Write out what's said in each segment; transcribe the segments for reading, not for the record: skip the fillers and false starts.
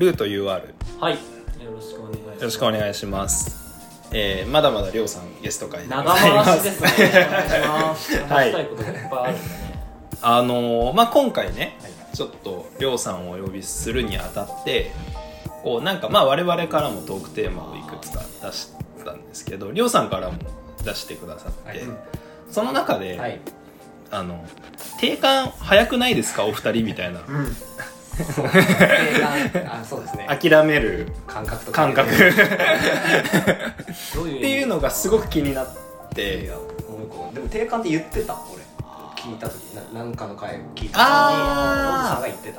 ルート UR。 はい、よろしくお願いします。 よろしくお願いします。まだまだりょうさんゲスト会でござい長ます。 回しですね。お願いします。話したいことがいっぱいあるんでね。 今回ね、ちょっとりょうさんをお呼びするにあたってこうなんか我々からもトークテーマをいくつか出したんですけど、りょうさんからも出してくださって、その中で、定款早くないですかお二人みたいな、 そうですね、 諦める感覚っていうのがすごく気になって。 でも定款って言ってた、俺聞いた時なんかの回聞いた時にノブさんが言って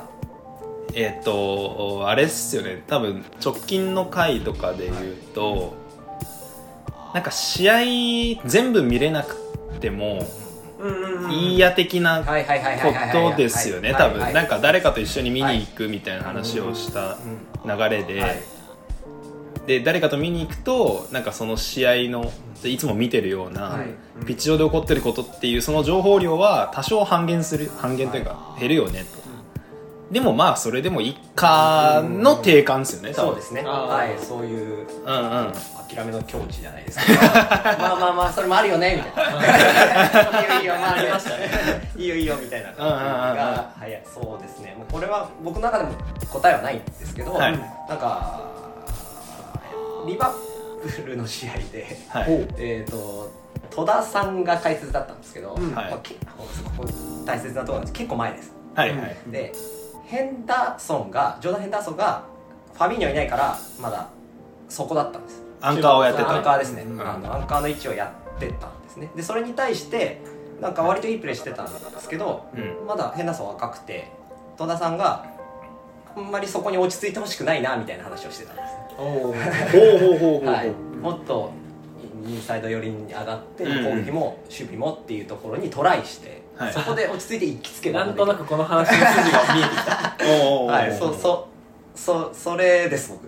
た。 あれっすよね、多分直近の回とかで言うと、なんか試合全部見れなくてもいいや的なことですよね。多分なんか誰かと一緒に見に行くみたいな話をした流れで、誰かと見に行くとなんかその試合のいつも見てるようなピッチ上で起こってることっていうその情報量は多少半減というか減るよねと。でもそれでもいいかの定款ですよね。 そうですね、そういう諦めの境地じゃないですか。まあそれもあるよねみたいな。いいよありましたね。いいよみたいな感じが、そうですね。もうこれは僕の中でも答えはないんですけど、なんかリバプールの試合で、戸田さんが解説だったんですけど、結構大切なところなんです。結構前です。でジョーダン・ヘンダーソンがファビーニョいないからまだそこだったんです。 アンカーをやってた。 アンカーですね、アンカーの位置をやってたんですね。でそれに対してなんか割といいプレーしてたんですけど、まだヘンダーソン若くて戸田さんがあんまりそこに落ち着いてほしくないなみたいな話をしてたんですね。もっとインサイド寄りに上がって攻撃も守備もっていうところにトライして、そこで落ち着いて一気つける。 なんとなくこの話の筋が見えてきた。 それです僕。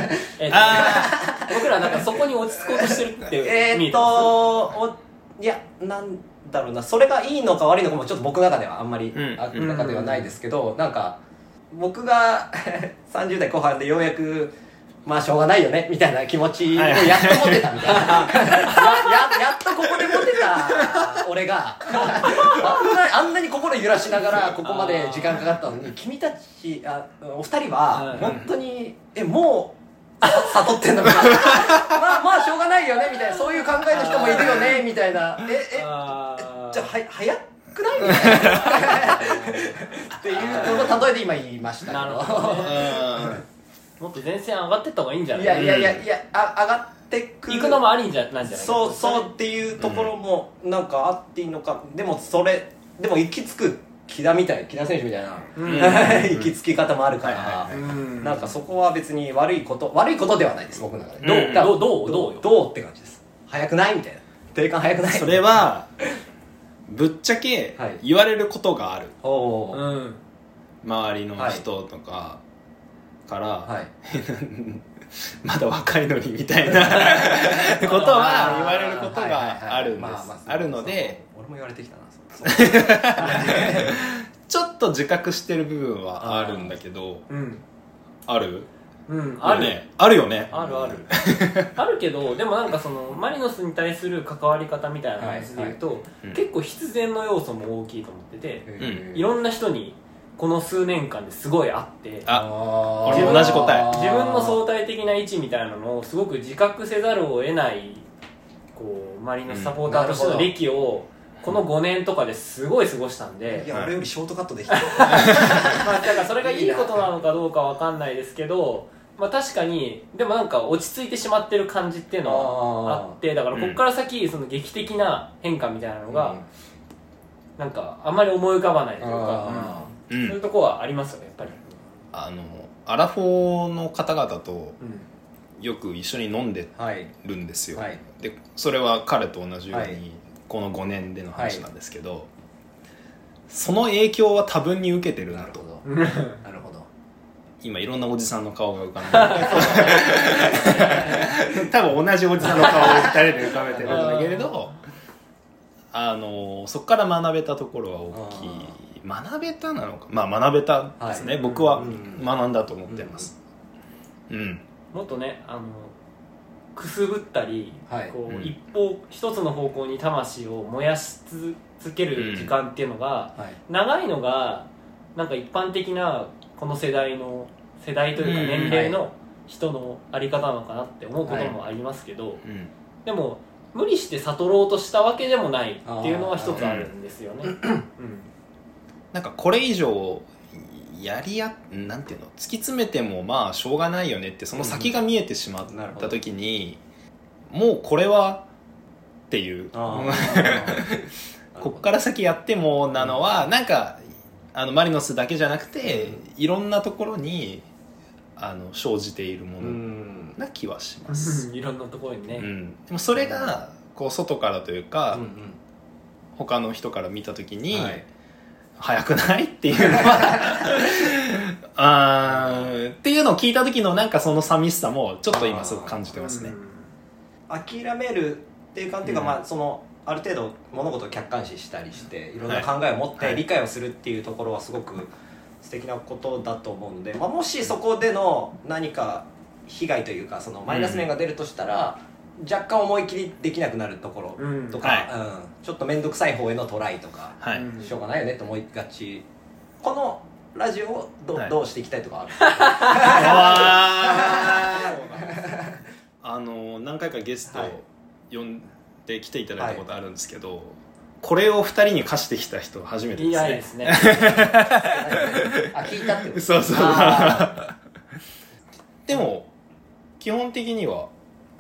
僕らなんかそこに落ち着こうとしてるって見えていやなんだろうな、それがいいのか悪いのかもちょっと僕の中ではあんまり明らかではないですけど、なんか僕が30代後半でようやくしょうがないよねみたいな気持ちをやっと持てたみたいなやっとここで持てた俺があんなに心揺らしながらここまで時間かかったのに、君たちお二人は本当にもう悟ってんのみたいなしょうがないよねみたいな、そういう考えの人もいるよねみたいな、じゃあ早くないみたいなっていうのを例えで今言いましたけど。 なるほどね。もっと前線上がってった方がいいんじゃない？ いや上がってく行くのもありなんじゃないですか。 そうっていうところもなんかあっていいのか。でも行き着く木田選手みたいな行き着き方もあるから、なんかそこは別に悪いことではないです僕の中で。どうって感じです。早くないみたいな。定款早くない。 それはぶっちゃけ言われることがある。周りの人とかから、まだ若いのにみたいなことは言われることがあるんです。あるので、 俺も言われてきたな。 ちょっと自覚してる部分はあるんだけど、ある？あるよね。 あるけど、でもなんかそのマリノスに対する関わり方みたいな話で言うと、結構必然の要素も大きいと思ってて、いろんな人にこの数年間ですごいあって、 俺も同じ答え。 自分の相対的な位置みたいなのをすごく自覚せざるを得ないマリノスサポーターとしての歴をこの5年とかですごい過ごしたんで、 いや俺よりショートカットできた。だからそれがいいことなのかどうかわかんないですけど、確かにでもなんか落ち着いてしまってる感じっていうのはあって、だからここから先その劇的な変化みたいなのがなんかあんまり思い浮かばないというか、そういうとこはありますよね、やっぱり。 アラフォーの方々とよく一緒に飲んでるんですよ。でそれは彼と同じようにこの5年での話なんですけど、その影響は多分に受けてるなと。 なるほど。 今いろんなおじさんの顔が浮かんでる多分同じおじさんの顔を2人で浮かべてるんだけれど、そこから学べたところは大きい。学べたなのか、学べたですね。僕は学んだと思ってます。 もっとねくすぶったり、こう一つの方向に魂を燃やし続ける時間っていうのが、長いのがなんか一般的なこの世代というか年齢の人のあり方なのかなって思うこともありますけど、でも無理して悟ろうとしたわけでもないっていうのは一つあるんですよね。 なんかこれ以上なんていうの突き詰めてもまあしょうがないよねってその先が見えてしまった時に、もうこれはっていうこっから先やってもなのはなんかマリノスだけじゃなくていろんなところに生じているものな気はします。 いろんなところにね、 でもそれがこう外からというか、他の人から見た時に、早くないっていうのはっていうのを聞いた時のなんかその寂しさもちょっと今すごく感じてますね。 諦めるっていうかっていうか、まあそのある程度物事を客観視したりしていろんな考えを持って理解をするっていうところはすごく素敵なことだと思うので、まあ、もしそこでの何か被害というかそのマイナス面が出るとしたら、若干思い切りできなくなるところとか、ちょっと面倒くさい方へのトライとか、しょうがないよねと思いがち。このラジオをどうしていきたいとかある何回かゲスト呼んで来ていただいたことあるんですけど、これを2人に課してきた人初めてですね。 いないですね。 聞いたってこと。 そうでも基本的には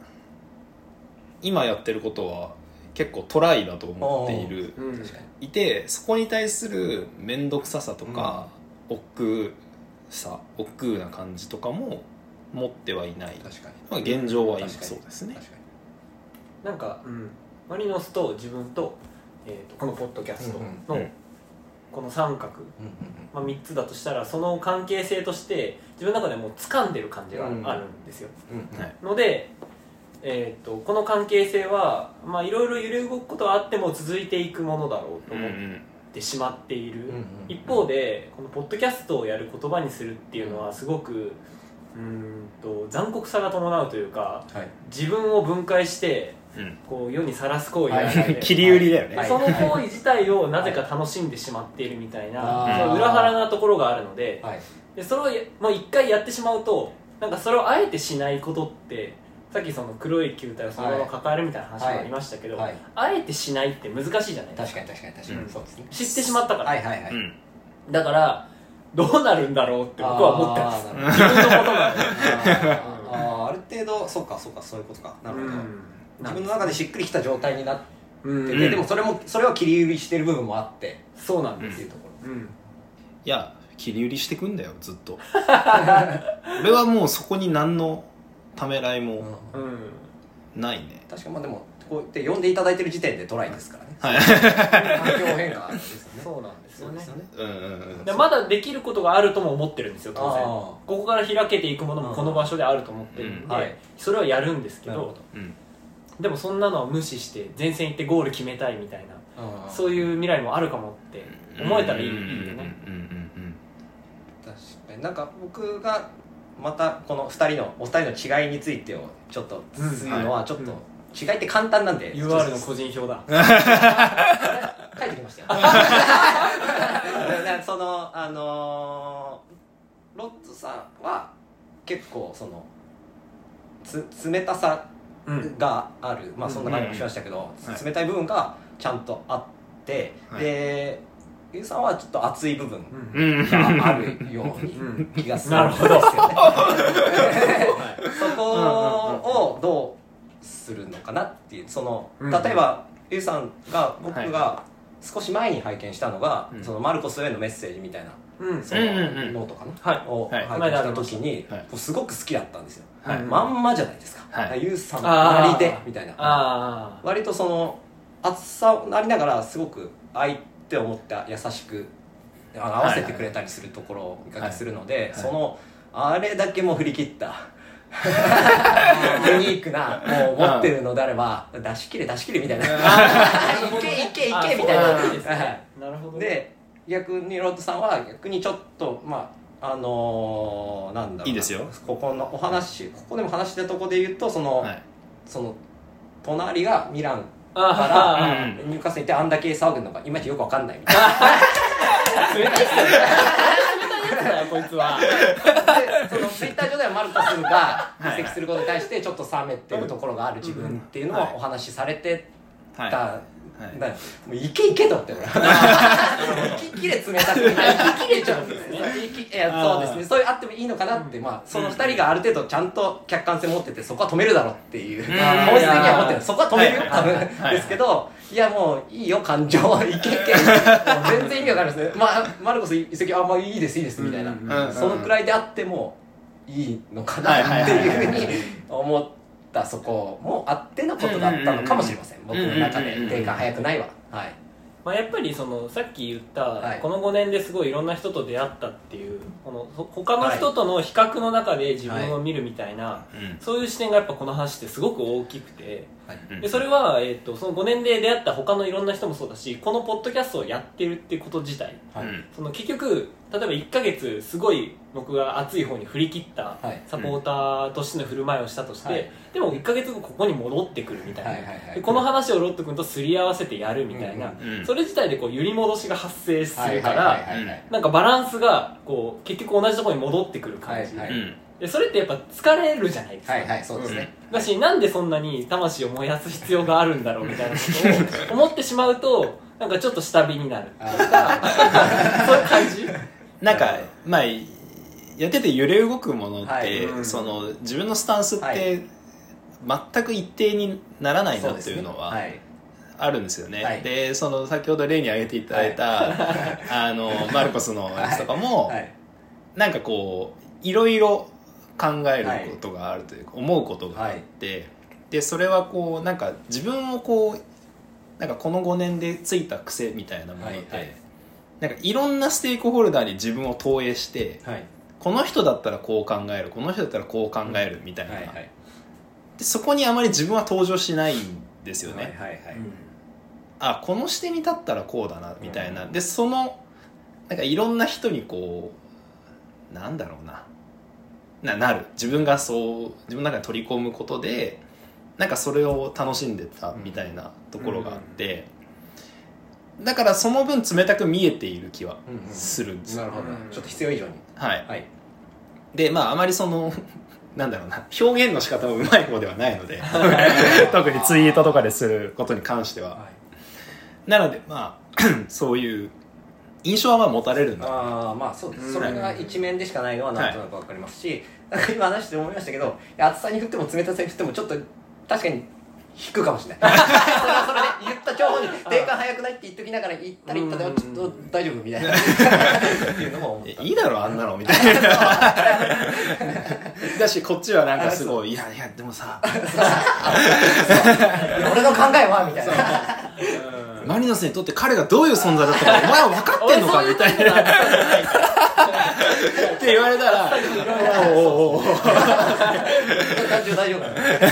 今やってることは結構トライだと思っていて、そこに対する面倒くささとか、億劫な感じとかも持ってはいない。現状は今そうですね。 なんか、マリノスと自分と、このポッドキャストのこの三角、3つだとしたらその関係性として自分の中でもう掴んでる感じがあるんですよ。のでこの関係性はいろいろ揺れ動くことはあっても続いていくものだろうと思ってしまっている。一方でこのポッドキャストをやる言葉にするっていうのはすごく残酷さが伴うというか、自分を分解してこう世にさらす行為なので、 切り売りだよね。 その行為自体をなぜか楽しんでしまっているみたいな、その裏腹なところがあるので、それをもう一回やってしまうとなんかそれをあえてしないことってさっきその黒い球体をそのまま抱えるみたいな話もありましたけど、あえてしないって難しいじゃないですか。 確かに、そうですね。 知ってしまったから、だからどうなるんだろうって僕は思ってます。自分のことなんである程度そういうことか。なるほど。自分の中でしっくりきた状態になってて、でもそれは切り売りしてる部分もあって、 そうなんですっていうところ。 いや切り売りしてくんだよずっと。俺はもうそこに何のためらいもないね。 確かに。まあでもこうやって呼んでいただいてる時点でトライですからね。環境変化ですよね。 そうなんですよね。 でまだできることがあるとも思ってるんですよ当然。ここから開けていくものもこの場所であると思ってるんで、それはやるんですけど、でもそんなのは無視して前線行ってゴール決めたいみたいな、そういう未来もあるかもって思えたらいいよね。 確かに。なんか僕がまたこのお二人の違いについてをちょっとするのはちょっと違いって簡単なんで、 UR の個人票だ。 書いてきましたよ。そのロッツさんは結構その冷たさがある、まあそんな感じもしましたけど、冷たい部分がちゃんとあって、でゆうさんはちょっと熱い部分があるように気がするんですよね。そこをどうするのかなっていう、その例えばゆうさんが僕が少し前に拝見したのが、そのマルコスへのメッセージみたいな、そのノートかな、を拝見した時にすごく好きだったんですよ。まんまじゃないですか、ゆうさんなりでみたいな。割とその熱さありながらすごく相手を思って優しく合わせてくれたりするところを見かけするので、そのあれだけも振り切ったユニークなもう持ってるのであれば出し切れみたいな、いけみたいな。で逆にロッドさんは逆にちょっとまあなんだろうな、 いいですよ。 ここのお話、ここでも話したとこで言うとその隣がミランからニューカッスルに行ってあんだけ騒ぐのがいまいちよく分かんないみたいな冷たいっすよねこいつはでそのツイッター上ではマルコスが移籍することに対してちょっと冷めてるところがある自分っていうのをお話しされてた、もういけいけとって息切れ冷たくない息切れちゃうんですね。いやそうですね、そういうあってもいいのかなって、まあその2人がある程度ちゃんと客観性持っててそこは止めるだろうっていう本質的には思ってる、そこは止めるよ多分ですけど、いやもういいよ感情いけいけ全然意味わかんないですね。マルコス移籍まあいいですいいですみたいな、そのくらいであってもいいのかなっていうふうに思ったそこもあってのことだったのかもしれません。僕の中で定感早くないわ。はい。 まあ、やっぱりそのさっき言った、この5年ですごいいろんな人と出会ったっていうこの他の人との比較の中で自分を見るみたいな、そういう視点がやっぱこの話ってすごく大きくて、でそれは、その5年で出会った他のいろんな人もそうだし、このポッドキャストをやってるっていうこと自体、その結局例えば1ヶ月すごい僕が熱い方に振り切ったサポーターとしての振る舞いをしたとして、でも1ヶ月後ここに戻ってくるみたいな、でこの話をロット君とすり合わせてやるみたいな、それ自体でこう揺り戻しが発生するから、なんかバランスがこう結局同じところに戻ってくる感じ、でそれってやっぱ疲れるじゃないですか。 そうですね。 だし、なんでそんなに魂を燃やす必要があるんだろうみたいなことを思ってしまうとなんかちょっと下火になるとかそういう感じなんかまあやってて揺れ動くものって、その自分のスタンスって全く一定にならないなっていうのはあるんですよね。でその先ほど例に挙げていただいた、マルコスのやつとかも、なんかこういろいろ考えることがあるというか、思うことがあって、でそれはこうなんか自分をこうなんかこの5年でついた癖みたいなもので、なんかいろんなステークホルダーに自分を投影して、この人だったらこう考える、この人だったらこう考えるみたいな、でそこにあまり自分は登場しないんですよね。あ、この視点に立ったらこうだなみたいな、でそのなんかいろんな人にこうなんだろうなる自分がそう自分の中に取り込むことでなんかそれを楽しんでたみたいなところがあって、だからその分冷たく見えている気はするんですよ。 なるほど、ちょっと必要以上に。 でまああまりそのなんだろうな、表現の仕方もうまい方ではないので特にツイートとかですることに関しては、なのでまあそういう印象はまあ持たれるんだ。 まあそうです、それが一面でしかないのはなんとなく分かりますし、なんか今話して思いましたけど、熱さに振っても冷たさに振ってもちょっと確かに引くかもしれないそれはそれで言った情報に定感早くないって言っときながら言ったら言ったでちょっと大丈夫みたいなっていうのも思った。 いいだろあんなのみたいなだしこっちはなんかすごいいやでもさ俺の考えはみたいなマリノスにとって彼がどういう存在だったかお前は分かってんのかみたいなって言われたらおお大丈夫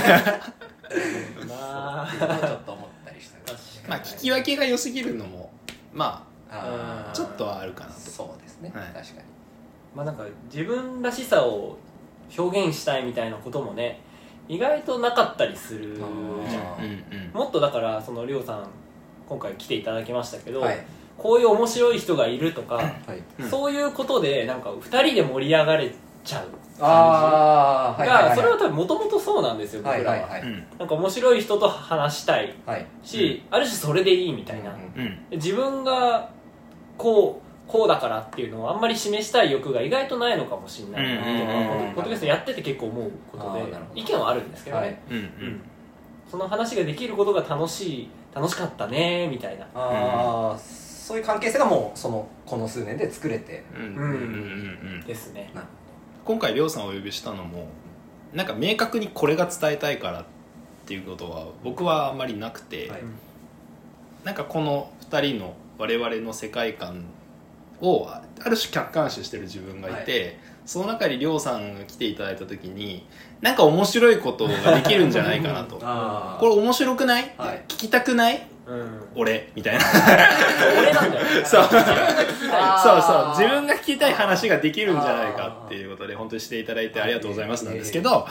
まあちょっと思ったりした。 まあ聞き分けが良すぎるのもまあちょっとはあるかなと。 そうですね、確かに。 まあなんか自分らしさを表現したいみたいなこともね意外となかったりするじゃん。もっとだからそのりょうさん今回来ていただきましたけど、こういう面白い人がいるとか、そういうことでなんか2人で盛り上がれちゃう感じが、それは多分もともとそうなんですよ僕らは。なんか面白い人と話したいし、ある種それでいいみたいな、自分がこうだからっていうのをあんまり示したい欲が意外とないのかもしれないなっていうのはポッドキャストやってて結構思うことで、意見はあるんですけどね、その話ができることが楽しかったねみたいな、 そういう関係性がもうこの数年で作れてですね。 今回りょうさんをお呼びしたのもなんか明確にこれが伝えたいからっていうことは僕はあんまりなくて、なんかこの2人の我々の世界観をある種客観視してる自分がいて、その中にりょうさんが来ていただいた時になんか面白いことができるんじゃないかなとこれ面白くない、聞きたくないっ俺みたいな俺なんだよそうそう自分が聞きたい話ができるんじゃないかっていうことで本当にしていただいてありがとうございますなんですけど、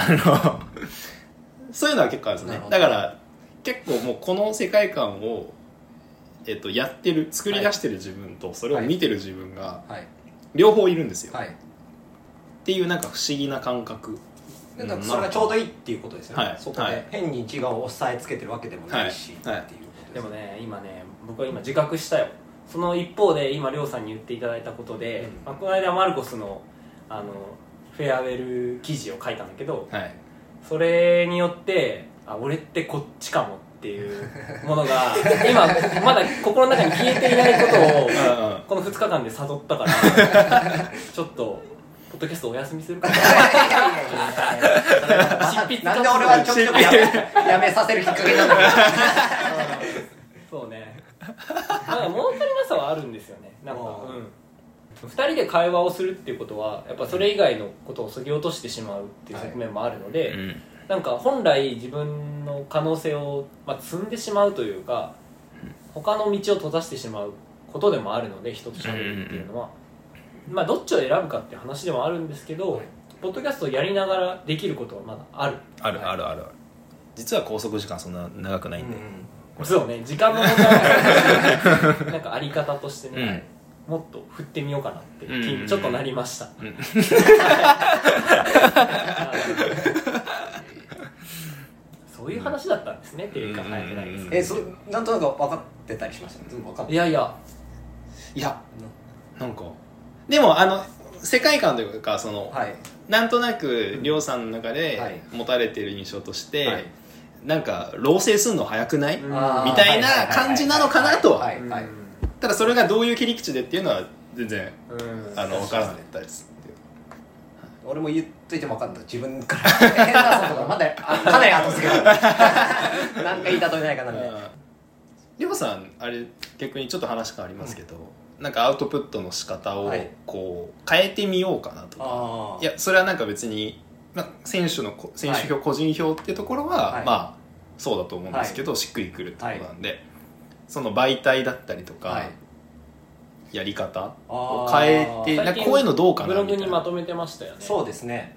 そういうのは結構あるんですね。だから結構もうこの世界観を、やってる作り出してる自分とそれを見てる自分が両方いるんですよ、っていうなんか不思議な感覚。 なんかそれがちょうどいいっていうことですよね、そこで変に自我を押さえつけてるわけでもないし、っていうことです。 でもね今ね僕は今自覚したよ。その一方で今りょうさんに言っていただいたことで、この間マルコスのフェアウェル記事を書いたんだけど、それによって俺ってこっちかもっていうものが今まだ心の中に消えていないことをこの2日間で悟ったからちょっとポッドキャストお休みするかな。 なんで俺はちょっとやめさせるきっかけなんだろう。 そうね。なんか物足りなさはあるんですよね。なんか2人で会話をするっていうことはやっぱそれ以外のことを削ぎ落としてしまうっていう側面もあるので、なんか本来自分の可能性を、積んでしまうというか他の道を閉ざしてしまうことでもあるので人と喋るっていうのは、どっちを選ぶかっていう話でもあるんですけど、ポッドキャストをやりながらできることはまだある。 ある実は拘束時間そんな長くないんで、 そうね、時間の問題はなんかあり方としてね、もっと振ってみようかなって気にちょっとなりました。そういう話だったんですねっていうか考えてないですけど、 なんとなく分かってたりしましたね。 いやなんかでも世界観というかその、なんとなくりょうさんの中で持たれている印象として、なんか老成するの早くないみたいな感じなのかなとは。ただそれがどういう切り口でっていうのは全然分からなかったです。 俺も言っといても分かんない。自分から変なことがまだかなり後付けだ。なんか言いたとないかなみたいな。 りょうさんあれ逆にちょっと話変わりますけど、なんかアウトプットの仕方をこう変えてみようかなとか、いやそれはなんか別に、選手票個人票っていうところは、そうだと思うんですけど、しっくりくるってことなんで、その媒体だったりとか、やり方を変えて、なんかこういうのどうかなみたいな。 ブログにまとめてましたよね。 そうですね。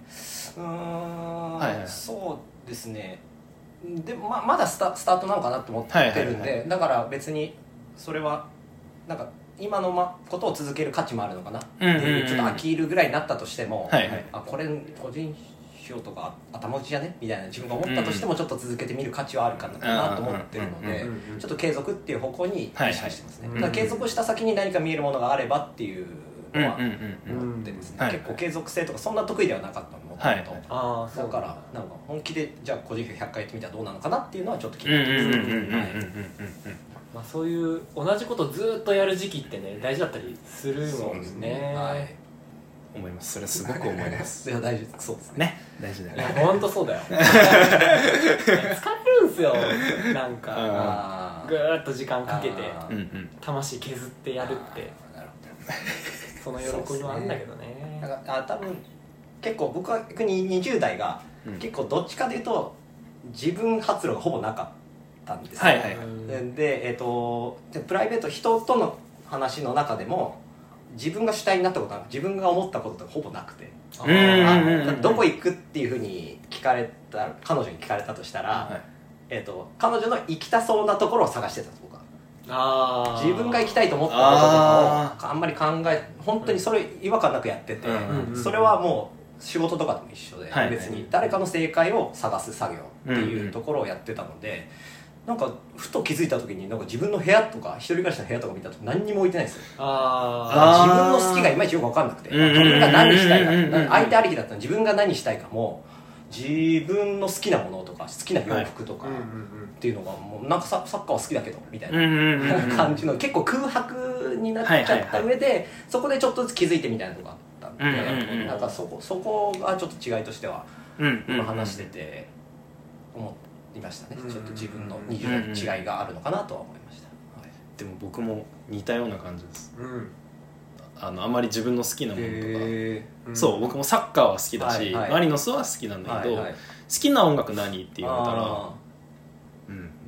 そうですね。でもまだスタートなのかなと思ってるんで、だから別にそれはなんか今のことを続ける価値もあるのかなっていう、ちょっと飽きるぐらいになったとしても、これ個人票とか頭打ちじゃねみたいな自分が思ったとしても、ちょっと続けてみる価値はあるかなと思ってるので、ちょっと継続っていう方向に意識してますね。だから継続した先に何か見えるものがあればっていうのは思ってですね、結構継続性とかそんな得意ではなかったのもとだからなんか本気でじゃあ個人票100回やってみたらどうなのかなっていうのはちょっと気になってます。 そういう同じことずっとやる時期ってね大事だったりするもんね。 思います。それはすごく思います。 いや大事そうですね。 大事だよね。本当そうだよ。疲れるんすよ。なんかぐーっと時間かけて魂削ってやるって。その喜びはあるんだけどね。 なんか多分結構僕は逆に20代が結構どっちかというと自分発露がほぼなかったんですよ。でプライベート人との話の中でも自分が主体になったことは自分が思ったことってほぼなくて、どこ行くっていうふうに聞かれた彼女に聞かれたとしたら、彼女の行きたそうなところを探してたんです僕は。自分が行きたいと思ったこととかをあんまり考え本当にそれ違和感なくやってて、それはもう仕事とかでも一緒で、別に誰かの正解を探す作業っていうところをやってたので、なんかふと気づいた時になんか自分の部屋とか一人暮らしの部屋とか見た時何にも置いてないんですよ。自分の好きがいまいちよく分かんなくて、自分が何したいか、相手ありきだったら自分が何したいかも自分の好きなものとか好きな洋服とかっていうのがもうなんかサッカーは好きだけどみたいな感じの結構空白になっちゃった上で、そこでちょっとずつ気づいてみたいなのがあったんで、なんかそこがちょっと違いとしては今話してて思っていましたね。ちょっと自分の20代の違いがあるのかなとは思いました。 でも僕も似たような感じです。あんまり自分の好きなものとか、そう僕もサッカーは好きだし、マリノスは好きなんだけど、好きな音楽何って言われたら、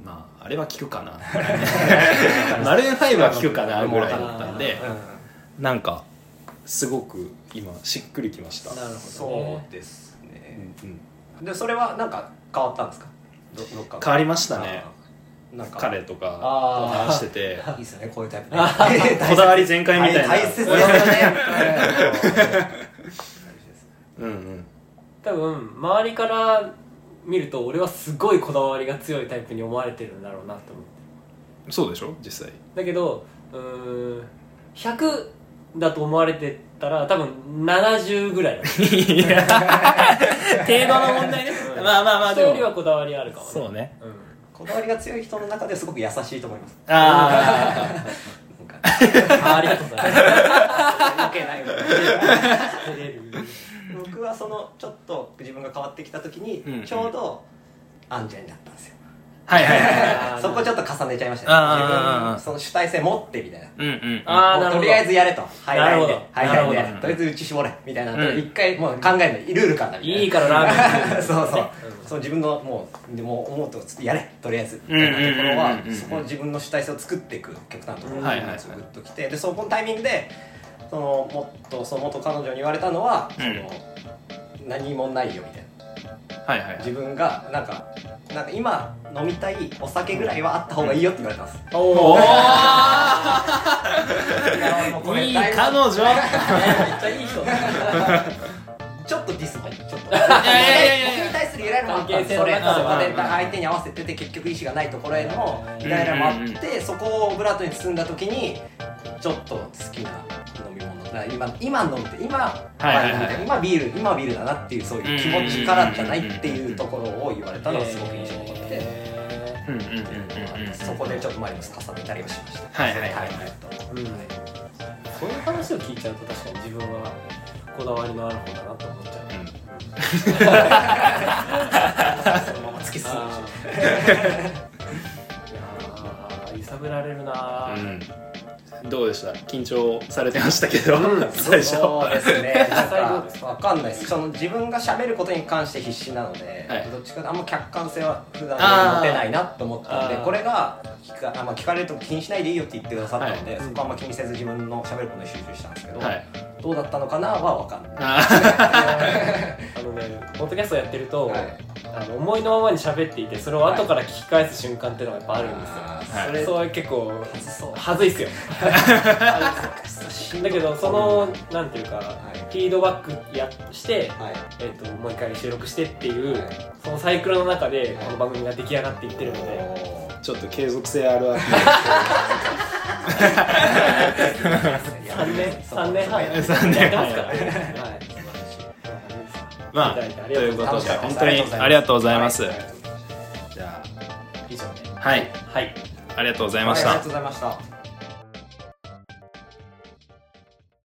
まああれは聞くかなマルーン5は聞くかなぐらいだったんで、なんかすごく今しっくりきました。 なるほど、そうですね、でそれはなんか変わったんですか？どっか変わりましたね。なんか彼とかと話してていいですね、こういうタイプこだわり全開みたいな、 大切ですよね多分周りから見ると俺はすごいこだわりが強いタイプに思われてるんだろうなって思って。 そうでしょ実際。 だけど100だと思われてたら多分70ぐらいだ程度の問題ねまあまあまあ、人よりはこだわりあるかもね。 そうね、 こだわりが強い人の中ですごく優しいと思います。 ありがとうございます余計ない僕はそのちょっと自分が変わってきた時にちょうどアンジェになったんですよ。 はいはいはいそこちょっと重ねちゃいましたね。自分その主体性持ってみたいな、とりあえずやれと、はいはいでとりあえず打ち絞れみたいな、一回もう考えないルールからいいからラーメンそう自分のもう思うとやれとりあえずみたいなところは、そこ自分の主体性を作っていく極端なところがグッときて、でそこのタイミングでその元彼女に言われたのは、何もないよみたいな。自分がなんか今飲みたいお酒ぐらいはあった方がいいよって言われたんです。 おいい彼女めっちゃいい人ちょっとディスもちょっと僕に対するイライラもあったんです。それ相手に合わせてて結局意思がないところへのイライラもあって、そこをオブラートに包んだ時にちょっと好きな飲み物、今飲んで今ビールだなっていう、そういう気持ちからじゃないっていうところを言われたのがすごく印象に残って、そこでちょっとマリノス重ねたりもしました。 そういう話を聞いちゃうと確かに自分はこだわりのある方だなと思っちゃう。そのまま突き進むし。 揺さぶられるな。 どうでした？緊張されてましたけど、最初。 そうですね。わかんないです。その自分が喋ることに関して必死なので、どっちかあんま客観性は普段持てないなと思ったので、これが聞かれると気にしないでいいよって言ってくださったので、そこはあんま気にせず自分の喋ることに集中したんですけど、どうだったのかなはわかんない。 ポッドキャストやってると、思いのままに喋っていて、それを後から聞き返す瞬間っていうのがやっぱあるんですよ。それ結構はずいっすよ。だけどそのなんていうか、フィードバックして、もう一回収録してっていう、そのサイクルの中でこの番組が出来上がっていってるので、 ちょっと継続性あるわけ。 3年半やってますからね。 まあ、ということで本当にありがとうございます。じゃあ以上で、 はい、ありがとうございました。 ありがとうございました。